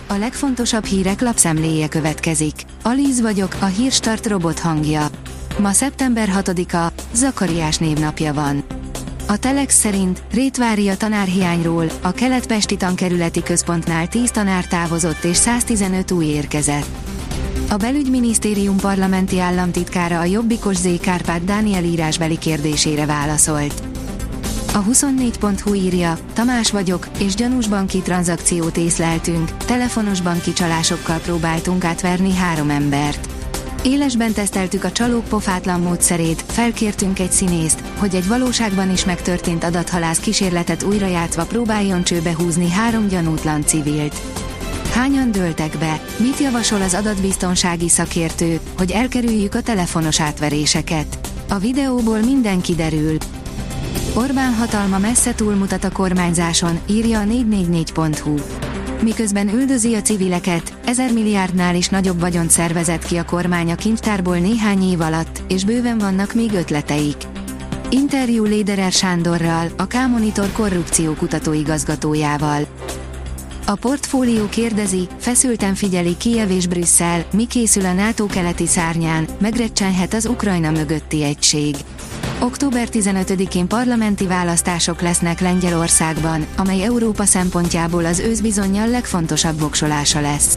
A legfontosabb hírek lapszemléje következik. Alíz vagyok, a Hírstart robot hangja. Ma szeptember 6-a, Zakariás névnapja van. A Telex szerint Rétvári a tanárhiányról, a kelet-pesti tankerületi központnál 10 tanár távozott és 115 új érkezett. A belügyminisztérium parlamenti államtitkára a jobbikos Z. Kárpát Dániel írásbeli kérdésére válaszolt. A 24.hu írja, Tamás vagyok, és gyanús banki tranzakciót észleltünk, telefonos banki csalásokkal próbáltunk átverni 3 embert. Élesben teszteltük a csalók pofátlan módszerét, felkértünk egy színészt, hogy egy valóságban is megtörtént adathalász kísérletet újrajátszva próbáljon csőbe húzni 3 gyanútlan civilt. Hányan dőltek be? Mit javasol az adatbiztonsági szakértő, hogy elkerüljük a telefonos átveréseket? A videóból minden kiderül. Orbán hatalma messze túlmutat a kormányzáson, írja a 444.hu. Miközben üldözi a civileket, 1000 milliárdnál is nagyobb vagyont szervezett ki a kormány a kincstárból néhány év alatt, és bőven vannak még ötleteik. Interjú Lederer Sándorral, a K-Monitor korrupciókutató igazgatójával. A Portfólió kérdezi, feszülten figyeli Kijev és Brüsszel, mi készül a NATO keleti szárnyán, megrecsenhet az Ukrajna mögötti egység. Október 15-én parlamenti választások lesznek Lengyelországban, amely Európa szempontjából az ősz bizonnyal legfontosabb voksolása lesz.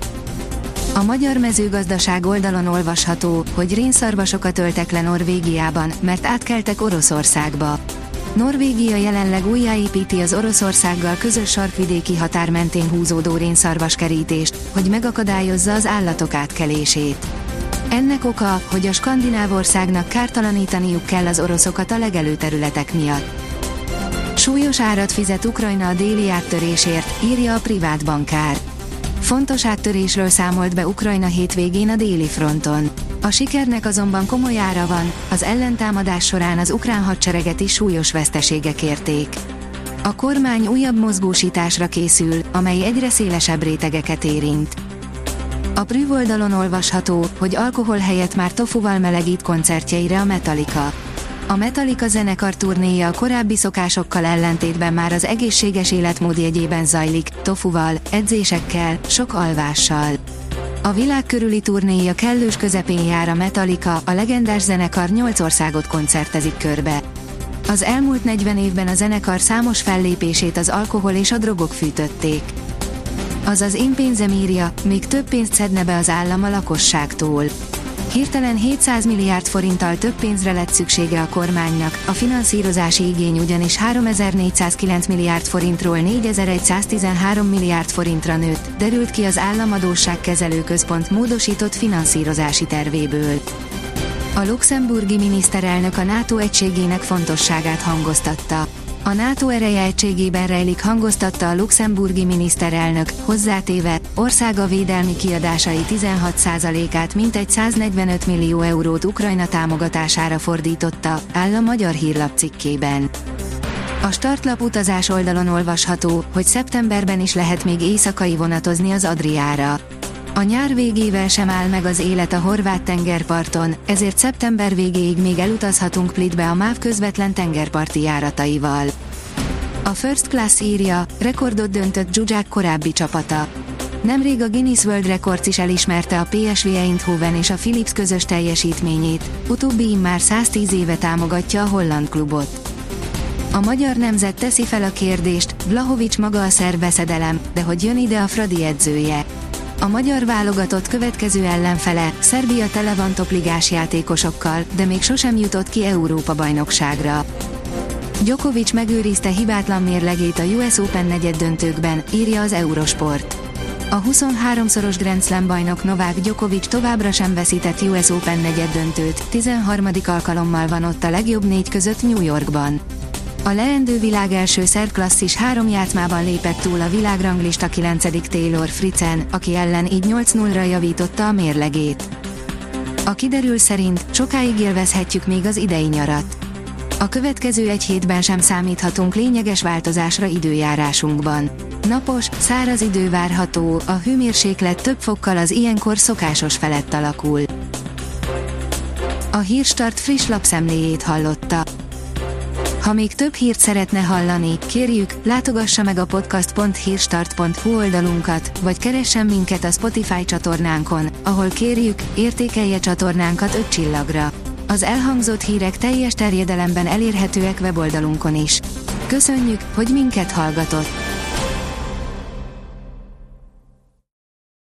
A Magyar Mezőgazdaság oldalon olvasható, hogy rénszarvasokat öltek le Norvégiában, mert átkeltek Oroszországba. Norvégia jelenleg újjáépíti az Oroszországgal közös sarkvidéki határ mentén húzódó rénszarvaskerítést, hogy megakadályozza az állatok átkelését. Ennek oka, hogy a skandináv országnak kártalanítaniuk kell az oroszokat a legelőterületek miatt. Súlyos árat fizet Ukrajna a déli áttörésért, írja a privát bankár. Fontos áttörésről számolt be Ukrajna hétvégén a déli fronton. A sikernek azonban komoly ára van, az ellentámadás során az ukrán hadsereget is súlyos veszteségek érték. A kormány újabb mozgósításra készül, amely egyre szélesebb rétegeket érint. A Prüv oldalon olvasható, hogy alkohol helyett már tofuval melegít koncertjeire a Metallica. A Metallica zenekar turnéja a korábbi szokásokkal ellentétben már az egészséges életmód jegyében zajlik, tofuval, edzésekkel, sok alvással. A világ körüli turnéja kellős közepén jár a Metallica, a legendás zenekar 8 országot koncertezik körbe. Az elmúlt 40 évben a zenekar számos fellépését az alkohol és a drogok fűtötték. Azaz Én pénzem írja, még több pénzt szedne be az állam a lakosságtól. Hirtelen 700 milliárd forinttal több pénzre lett szüksége a kormánynak, a finanszírozási igény ugyanis 3409 milliárd forintról 4113 milliárd forintra nőtt, derült ki az Államadósságkezelő Központ módosított finanszírozási tervéből. A luxemburgi miniszterelnök a NATO egységének fontosságát hangoztatta. A NATO ereje egységében rejlik, hangoztatta a luxemburgi miniszterelnök, hozzátéve, országa védelmi kiadásai 16%-át mintegy 145 millió eurót Ukrajna támogatására fordította, áll a Magyar Hírlap cikkében. A startlap utazás oldalon olvasható, hogy szeptemberben is lehet még éjszakai vonatozni az Adriára. A nyár végével sem áll meg az élet a horvát tengerparton, ezért szeptember végéig még elutazhatunk Splitbe a MÁV közvetlen tengerparti járataival. A First Class írja, rekordot döntött Zsuzsák korábbi csapata. Nemrég a Guinness World Records is elismerte a PSV Eindhoven és a Philips közös teljesítményét, utóbbi immár 110 éve támogatja a holland klubot. A Magyar Nemzet teszi fel a kérdést, Vlahovics maga a szerveszedelem, de hogy jön ide a Fradi edzője. A magyar válogatott következő ellenfele, Szerbia tele van topligás játékosokkal, de még sosem jutott ki Európa-bajnokságra. Djokovic megőrizte hibátlan mérlegét a US Open negyeddöntőkben, írja az Eurosport. A 23-szoros Grand Slam bajnok Novák Djokovic továbbra sem veszített US Open negyeddöntőt, 13. alkalommal van ott a legjobb 4 között New Yorkban. A leendő világ első szerklasszis 3 játszmában lépett túl a világranglista 9. Taylor Fritzen, aki ellen így 8-0-ra javította a mérlegét. A kiderül szerint sokáig élvezhetjük még az idei nyarat. A következő egy hétben sem számíthatunk lényeges változásra időjárásunkban. Napos, száraz idő várható, a hőmérséklet több fokkal az ilyenkor szokásos felett alakul. A Hírstart friss lapszemléjét hallotta. Ha még több hírt szeretne hallani, kérjük, látogassa meg a podcast.hírstart.hu oldalunkat, vagy keressen minket a Spotify csatornánkon, ahol kérjük, értékelje csatornánkat 5 csillagra. Az elhangzott hírek teljes terjedelemben elérhetőek weboldalunkon is. Köszönjük, hogy minket hallgatott!